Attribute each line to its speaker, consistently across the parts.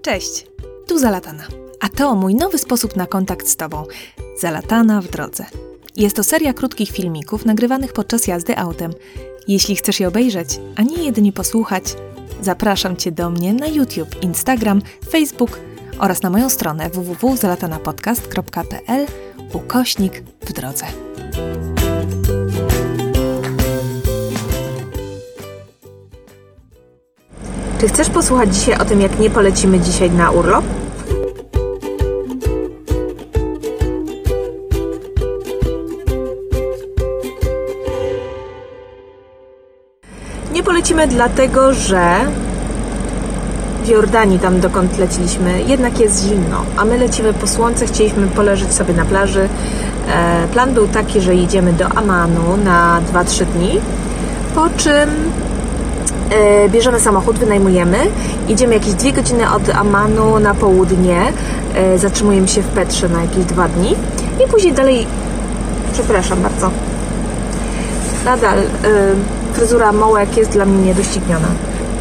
Speaker 1: Cześć, tu Zalatana, a to mój nowy sposób na kontakt z Tobą. Zalatana w drodze. Jest to seria krótkich filmików nagrywanych podczas jazdy autem. Jeśli chcesz je obejrzeć, a nie jedynie posłuchać, zapraszam Cię do mnie na YouTube, Instagram, Facebook oraz na moją stronę www.zalatanapodcast.pl/w drodze.
Speaker 2: Czy chcesz posłuchać dzisiaj o tym, jak nie polecimy dzisiaj na urlop? Nie polecimy dlatego, że w Jordanii, tam dokąd leciliśmy, jednak jest zimno, a my lecimy po słońce, chcieliśmy poleżeć sobie na plaży. Plan był taki, że jedziemy do Amanu na 2-3 dni, po czym bierzemy samochód, wynajmujemy, jedziemy jakieś 2 godziny od Amanu na południe, zatrzymujemy się w Petrze na jakieś 2 dni i później dalej, przepraszam bardzo, nadal fryzura Mołek jest dla mnie niedościgniona.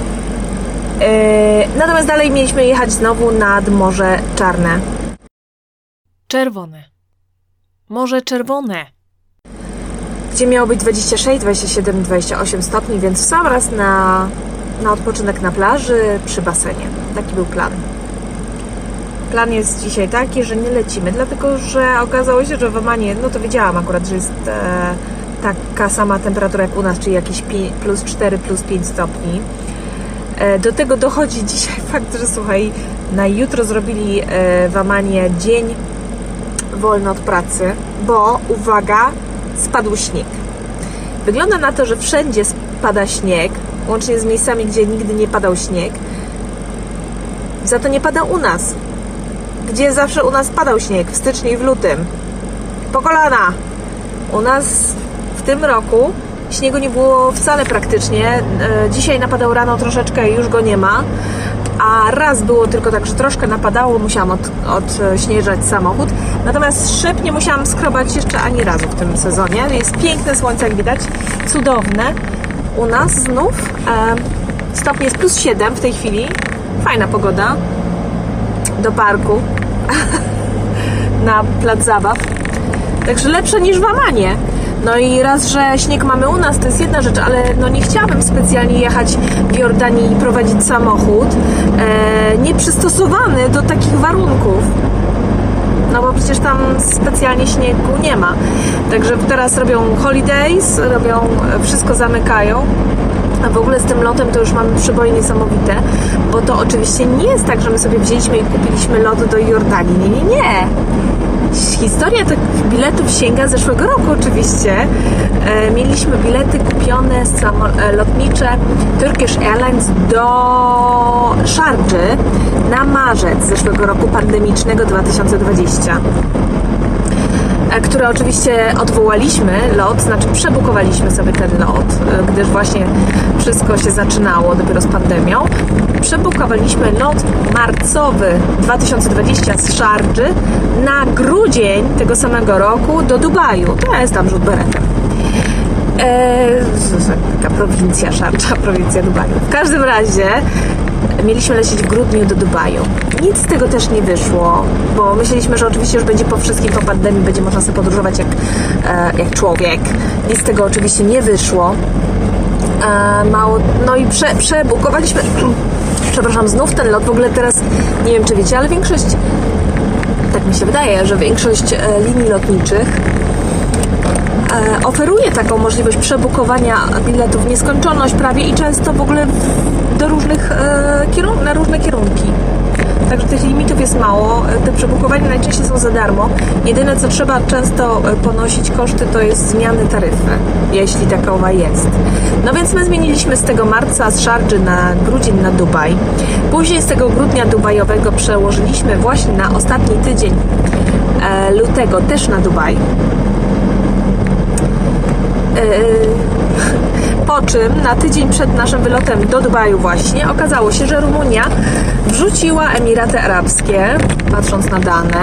Speaker 2: Natomiast dalej mieliśmy jechać znowu nad Morze Czarne.
Speaker 1: Czerwone. Morze Czerwone.
Speaker 2: Gdzie miało być 26, 27, 28 stopni, więc w sam raz na odpoczynek na plaży przy basenie. Taki był plan. Plan jest dzisiaj taki, że nie lecimy, dlatego że okazało się, że w Amanie, no to wiedziałam akurat, że jest taka sama temperatura jak u nas, czyli jakieś plus 4, plus 5 stopni. Do tego dochodzi dzisiaj fakt, że słuchaj, na jutro zrobili w Amanie dzień wolny od pracy, bo uwaga, spadł śnieg. Wygląda na to, że wszędzie spada śnieg, łącznie z miejscami, gdzie nigdy nie padał śnieg. Za to nie pada u nas, gdzie zawsze u nas padał śnieg, w styczniu i w lutym. Po kolana! U nas w tym roku śniegu nie było wcale praktycznie. Dzisiaj napadał rano troszeczkę i już go nie ma. A raz było tylko tak, że troszkę napadało, musiałam odśnieżać samochód. Natomiast szyb nie musiałam skrobać jeszcze ani razu w tym sezonie. Jest piękne słońce, jak widać, cudowne. U nas znów stopień jest plus 7 w tej chwili. Fajna pogoda. Do parku. Na plac zabaw. Także lepsze niż w Amanie. No i raz, że śnieg mamy u nas, to jest jedna rzecz, ale no nie chciałabym specjalnie jechać w Jordanii i prowadzić samochód nieprzystosowany do takich warunków. No bo przecież tam specjalnie śniegu nie ma. Także teraz robią holidays, wszystko zamykają. A w ogóle z tym lotem to już mamy przeboje niesamowite, bo to oczywiście nie jest tak, że my sobie wzięliśmy i kupiliśmy lot do Jordanii. Nie. Historia tych biletów sięga zeszłego roku oczywiście. Mieliśmy bilety kupione lotnicze Turkish Airlines do Szardży na marzec zeszłego roku pandemicznego 2020. Które oczywiście odwołaliśmy lot, znaczy przebukowaliśmy sobie ten lot, gdyż właśnie wszystko się zaczynało dopiero z pandemią. Przebukowaliśmy lot marcowy 2020 z Szardży na grudzień tego samego roku do Dubaju. To jest tam rzut beretem. Taka prowincja Szardża, prowincja Dubaju. W każdym razie mieliśmy lecieć w grudniu do Dubaju. Nic z tego też nie wyszło, bo myśleliśmy, że oczywiście już będzie po wszystkim, po pandemii będzie można sobie podróżować jak człowiek. Nic z tego oczywiście nie wyszło. No i przebukowaliśmy znów ten lot. W ogóle teraz, nie wiem czy wiecie, ale większość, tak mi się wydaje, że większość linii lotniczych oferuje taką możliwość przebukowania biletów w nieskończoność prawie i często w ogóle do na różne kierunki. Także tych limitów jest mało. Te przebukowania najczęściej są za darmo. Jedyne co trzeba często ponosić koszty to jest zmiany taryfy, jeśli takowa jest. No więc my zmieniliśmy z tego marca z Szardży na grudzień na Dubaj. Później z tego grudnia dubajowego przełożyliśmy właśnie na ostatni tydzień lutego też na Dubaj. Po czym na tydzień przed naszym wylotem do Dubaju właśnie okazało się, że Rumunia wrzuciła Emiraty Arabskie, patrząc na dane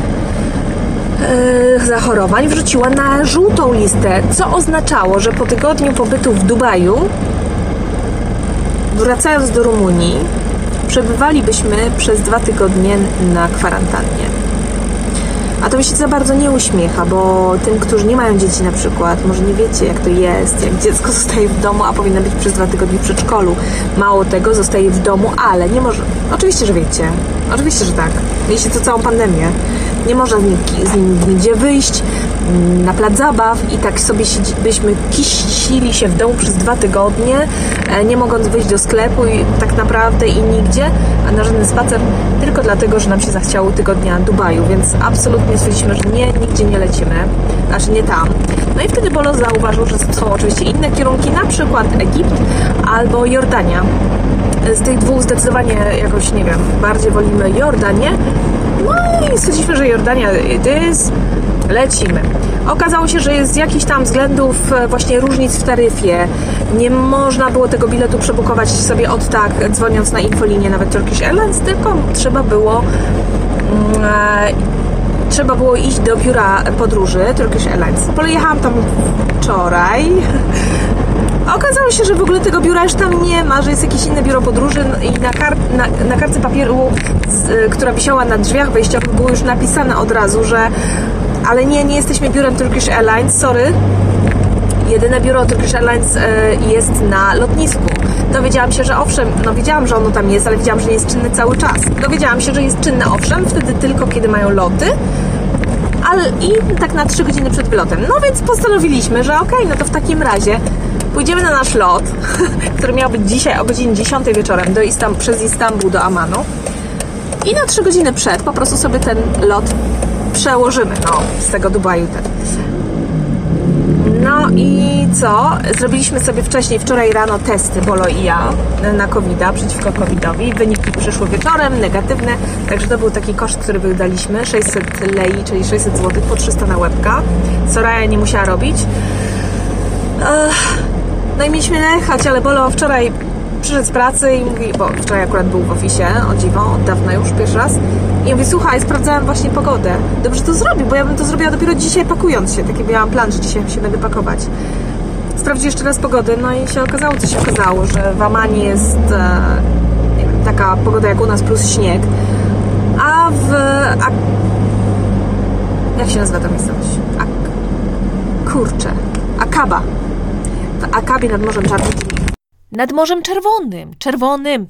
Speaker 2: zachorowań, wrzuciła na żółtą listę, co oznaczało, że po tygodniu pobytu w Dubaju, wracając do Rumunii, przebywalibyśmy przez 2 tygodnie na kwarantannie. A to mi się za bardzo nie uśmiecha, bo tym, którzy nie mają dzieci na przykład, może nie wiecie, jak to jest, jak dziecko zostaje w domu, a powinno być przez 2 tygodnie w przedszkolu. Mało tego, zostaje w domu, ale nie może... Oczywiście, że wiecie. Oczywiście, że tak. Mieliście to całą pandemię. Nie można z nim nigdzie wyjść, na plac zabaw i tak sobie byśmy kiścili się w domu przez 2 tygodnie, nie mogąc wyjść do sklepu i tak naprawdę i nigdzie, a na żaden spacer, tylko dlatego, że nam się zachciało tygodnia Dubaju, więc absolutnie stwierdziliśmy, że nie, nigdzie nie lecimy, znaczy nie tam. No i wtedy Bolo zauważył, że są oczywiście inne kierunki, na przykład Egipt albo Jordania. Z tych dwóch zdecydowanie jakoś, nie wiem, bardziej wolimy Jordanię. No i stwierdziliśmy, że Jordania lecimy. Okazało się, że jest z jakichś tam względów właśnie różnic w taryfie. Nie można było tego biletu przebukować sobie od tak, dzwoniąc na infolinię, nawet Turkish Airlines, tylko trzeba było iść do biura podróży Turkish Airlines. Pojechałam tam wczoraj. Okazało się, że w ogóle tego biura już tam nie ma, że jest jakieś inne biuro podróży i na kartce papieru, która wisiała na drzwiach wejściowych, było już napisane od razu, że ale nie jesteśmy biurem Turkish Airlines, sorry. Jedyne biuro Turkish Airlines jest na lotnisku. Dowiedziałam się, że owszem, no wiedziałam, że ono tam jest, ale wiedziałam, że nie jest czynne cały czas. Dowiedziałam się, że jest czynne owszem, wtedy tylko kiedy mają loty, i tak na 3 godziny przed wylotem. No więc postanowiliśmy, że okej, no to w takim razie pójdziemy na nasz lot, który miał być dzisiaj o godzinie 10 wieczorem przez Istanbul do Amanu i na 3 godziny przed po prostu sobie ten lot przełożymy, z tego Dubaju. No i co? Zrobiliśmy sobie wczoraj rano testy, Bolo i ja, na COVID-a, przeciwko COVID-owi. Wyniki przyszły wieczorem, negatywne, także to był taki koszt, który wydaliśmy, 600 lei, czyli 600 zł, po 300 na łebka. Soraya nie musiała robić. No i mieliśmy jechać, ale Bolo wczoraj przyszedł z pracy i mówi, bo wczoraj akurat był w oficie, o dziwo, od dawna już, pierwszy raz. I mówi, słuchaj, sprawdzałem właśnie pogodę. Dobrze to zrobił, bo ja bym to zrobiła dopiero dzisiaj pakując się. Taki miałam plan, że dzisiaj się będę pakować. Sprawdził jeszcze raz pogodę, no i się okazało, co się okazało, że w Amanie jest nie wiem, taka pogoda jak u nas plus śnieg, a jak się nazywa ta miejscowość? Akaba. W Akabie nad Morzem Czarnym.
Speaker 1: Nad Morzem Czerwonym.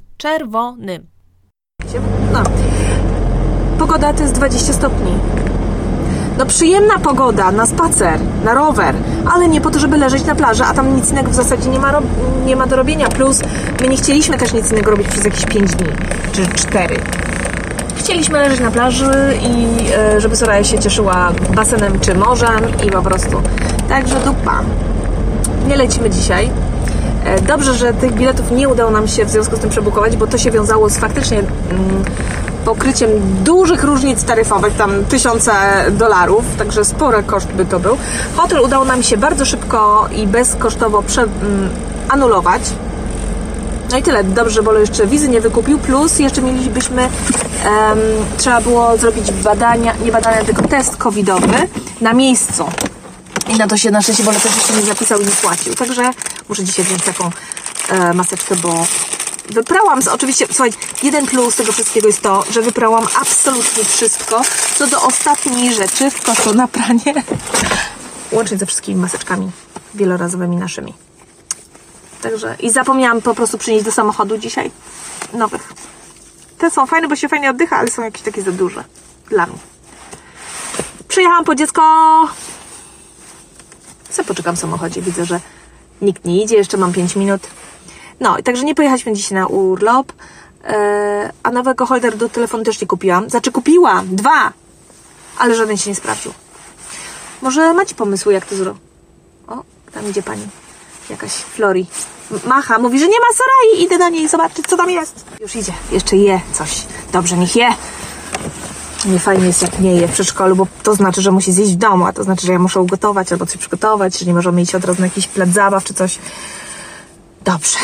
Speaker 2: No. Pogoda to jest 20 stopni. No przyjemna pogoda na spacer, na rower, ale nie po to, żeby leżeć na plaży, a tam nic innego w zasadzie nie ma do robienia. Plus my nie chcieliśmy też nic innego robić przez jakieś 5 dni, czy 4. Chcieliśmy leżeć na plaży i żeby Soraya się cieszyła basenem czy morzem i po prostu. Także dupa. Nie lecimy dzisiaj. Dobrze, że tych biletów nie udało nam się w związku z tym przebukować, bo to się wiązało z faktycznie pokryciem dużych różnic taryfowych, tam $1000, także spory koszt by to był. Hotel udało nam się bardzo szybko i bezkosztowo anulować. No i tyle. Dobrze, że Bolo jeszcze wizy nie wykupił, plus jeszcze mielibyśmy trzeba było zrobić tylko test covidowy na miejscu. I na to się na szczęście Bolo też jeszcze nie zapisał i nie płacił. Także muszę dzisiaj wziąć taką maseczkę, bo wyprałam, oczywiście, słuchajcie, jeden plus tego wszystkiego jest to, że wyprałam absolutnie wszystko, co do ostatniej rzeczy w koszu na pranie. Łącznie ze wszystkimi maseczkami wielorazowymi naszymi. Także i zapomniałam po prostu przynieść do samochodu dzisiaj nowych. Te są fajne, bo się fajnie oddycha, ale są jakieś takie za duże dla mnie. Przyjechałam po dziecko. Co poczekam w samochodzie, widzę, że nikt nie idzie, jeszcze mam 5 minut. No, i także nie pojechaliśmy dzisiaj na urlop, a nowego holder do telefonu też nie kupiłam. Znaczy kupiłam 2, ale żaden się nie sprawdził. Może macie pomysły, jak to zrobić? O, tam idzie pani, jakaś Flori. Macha, mówi, że nie ma Sorai. Idę do niej zobaczyć, co tam jest. Już idzie, jeszcze je coś. Dobrze, niech je. Nie fajnie jest, jak nie je w przedszkolu, bo to znaczy, że musi zjeść w domu, a to znaczy, że ja muszę ugotować albo coś przygotować, że nie możemy iść od razu na jakiś plac zabaw czy coś. Dobrze.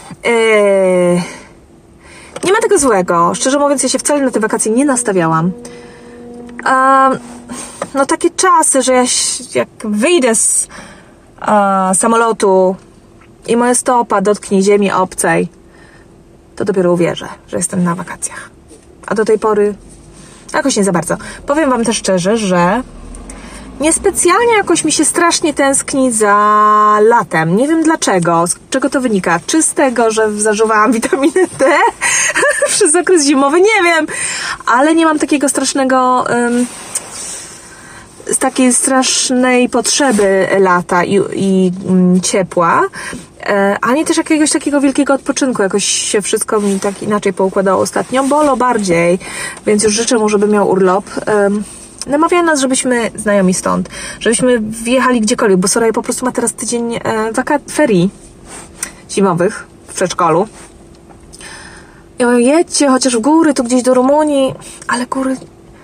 Speaker 2: Nie ma tego złego. Szczerze mówiąc, ja się wcale na te wakacje nie nastawiałam. No takie czasy, że ja jak wyjdę z samolotu i moja stopa dotknie ziemi obcej, to dopiero uwierzę, że jestem na wakacjach. A do tej pory jakoś nie za bardzo. Powiem wam też szczerze, że niespecjalnie jakoś mi się strasznie tęskni za latem. Nie wiem dlaczego, z czego to wynika. Czy z tego, że zażywałam witaminę D przez okres zimowy? Nie wiem. Ale nie mam takiego strasznego... z takiej strasznej potrzeby lata i ciepła, ani też jakiegoś takiego wielkiego odpoczynku. Jakoś się wszystko mi tak inaczej poukładało ostatnio. Bolo bardziej, więc już życzę mu, żeby miał urlop. Namawiają nas, żebyśmy, znajomi stąd, żebyśmy wjechali gdziekolwiek, bo Soraya po prostu ma teraz tydzień ferii zimowych w przedszkolu. Ja mówię, jedźcie chociaż w góry, tu gdzieś do Rumunii, ale góry...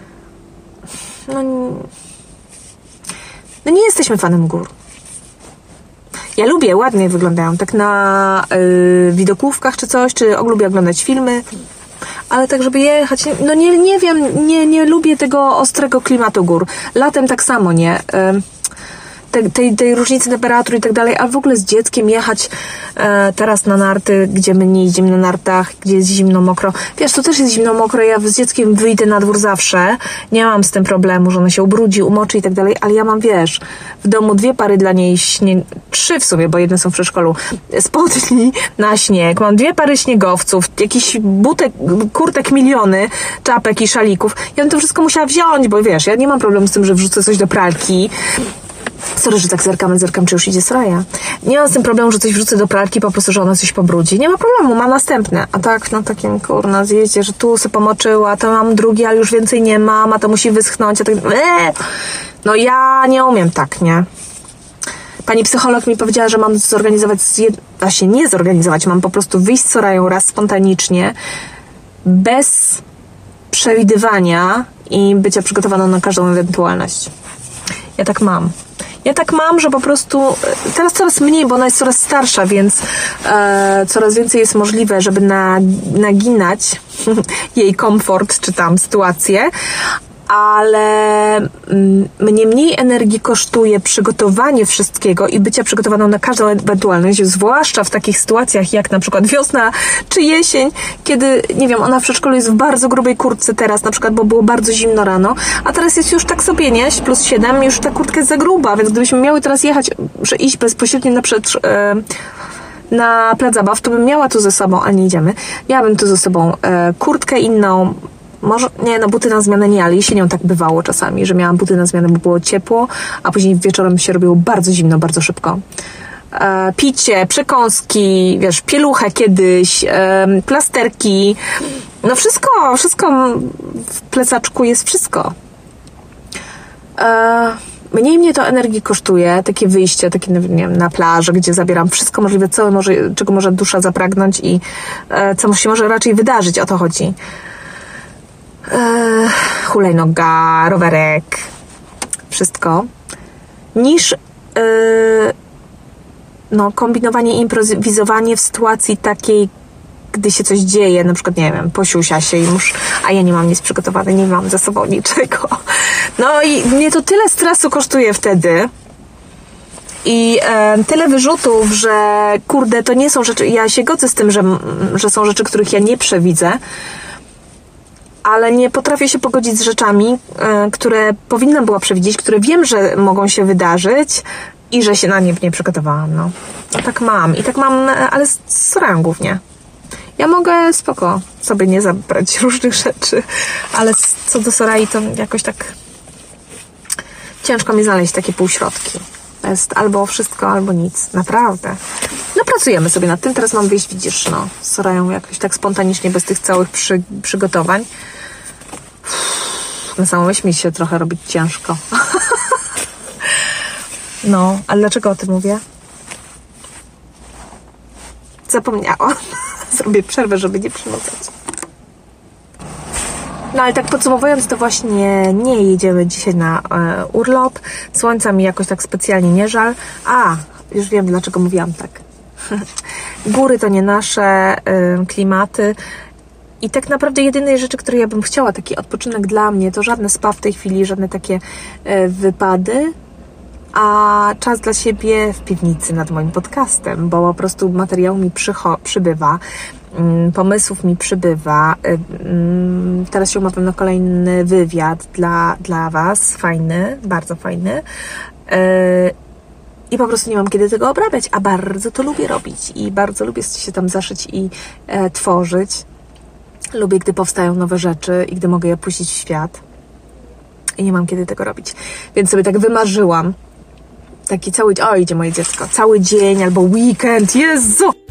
Speaker 2: No nie jesteśmy fanem gór. Ja lubię, ładnie wyglądają, tak na widokówkach czy coś, czy lubię oglądać filmy, ale tak, żeby jechać, no nie wiem, nie lubię tego ostrego klimatu gór. Latem tak samo nie. Tej różnicy temperatur i tak dalej, a w ogóle z dzieckiem jechać teraz na narty, gdzie my nie jeździmy na nartach, gdzie jest zimno, mokro. Wiesz, tu też jest zimno, mokro, ja z dzieckiem wyjdę na dwór zawsze, nie mam z tym problemu, że ona się ubrudzi, umoczy i tak dalej, ale ja mam, wiesz, w domu 2 pary dla niej 3 w sumie, bo jedne są w przedszkolu, spodni na śnieg, mam 2 pary śniegowców, jakichś butek, kurtek miliony, czapek i szalików. Ja bym to wszystko musiała wziąć, bo wiesz, ja nie mam problemu z tym, że wrzucę coś do pralki. Sorry, że tak zerkam, czy już idzie Soraya. Nie mam z tym problemu, że coś wrzucę do pralki, po prostu, że ona coś pobrudzi. Nie ma problemu, ma następne. A tak na takim, kurna, zjeździe, że tu se pomoczyła, to mam drugi, ale już więcej nie mam, a to musi wyschnąć, a tak... No ja nie umiem tak, nie? Pani psycholog mi powiedziała, że mam zorganizować, właśnie nie zorganizować, mam po prostu wyjść z Sorają raz spontanicznie, bez przewidywania i bycia przygotowaną na każdą ewentualność. Ja tak mam, że po prostu teraz coraz mniej, bo ona jest coraz starsza, więc coraz więcej jest możliwe, żeby naginać jej komfort czy tam sytuację, ale mnie mniej energii kosztuje przygotowanie wszystkiego i bycia przygotowaną na każdą ewentualność, zwłaszcza w takich sytuacjach jak na przykład wiosna czy jesień, kiedy, nie wiem, ona w przedszkolu jest w bardzo grubej kurtce teraz, na przykład, bo było bardzo zimno rano, a teraz jest już tak sobie, nie? +7, już ta kurtka jest za gruba, więc gdybyśmy miały teraz iść bezpośrednio na plac zabaw, to bym miała tu ze sobą, a nie idziemy, miałabym tu ze sobą kurtkę inną, może, nie, no buty na zmianę nie, ale jesienią tak bywało czasami, że miałam buty na zmianę, bo było ciepło, a później wieczorem się robiło bardzo zimno, bardzo szybko. Picie, przekąski, wiesz, pieluchę kiedyś, plasterki, no wszystko w plecaczku jest wszystko. Mniej mnie to energii kosztuje, takie wyjście, takie, nie wiem, na plażę, gdzie zabieram wszystko możliwe, czego może dusza zapragnąć i co się może raczej wydarzyć, o to chodzi. Hulajnoga, rowerek, wszystko, niż kombinowanie i improwizowanie w sytuacji takiej, gdy się coś dzieje, na przykład, nie wiem, posiusia się a ja nie mam nic przygotowane, nie mam ze sobą niczego. No i mnie to tyle stresu kosztuje wtedy i tyle wyrzutów, że kurde, to nie są rzeczy, ja się godzę z tym, że są rzeczy, których ja nie przewidzę, ale nie potrafię się pogodzić z rzeczami, które powinnam była przewidzieć, które wiem, że mogą się wydarzyć i że się na nie nie przygotowałam, no. Tak mam, ale z Sorają głównie. Ja mogę spoko sobie nie zabrać różnych rzeczy, ale co do Sorai, to jakoś tak ciężko mi znaleźć takie półśrodki. To jest albo wszystko, albo nic. Naprawdę. No pracujemy sobie nad tym. Teraz mam wyjść, widzisz, no, z Sorają jakoś tak spontanicznie, bez tych całych przygotowań. Na samą myśl mi się trochę robić ciężko. No, ale dlaczego o tym mówię? Zapomniałam. Zrobię przerwę, żeby nie przynudzać. No ale tak podsumowując, to właśnie nie jedziemy dzisiaj na urlop. Słońca mi jakoś tak specjalnie nie żal. Już wiem, dlaczego mówiłam tak. Góry to nie nasze klimaty. I tak naprawdę jedynej rzeczy, które ja bym chciała, taki odpoczynek dla mnie, to żadne spa w tej chwili, żadne takie wypady, a czas dla siebie w piwnicy nad moim podcastem, bo po prostu materiału mi przybywa. pomysłów mi przybywa. Teraz się umawiam na kolejny wywiad dla Was, fajny, bardzo fajny. I po prostu nie mam kiedy tego obrabiać, a bardzo to lubię robić i bardzo lubię się tam zaszyć i tworzyć. Lubię, gdy powstają nowe rzeczy i gdy mogę je puścić w świat. I nie mam kiedy tego robić. Więc sobie tak wymarzyłam taki cały... O, idzie moje dziecko. Cały dzień albo weekend. Jezu!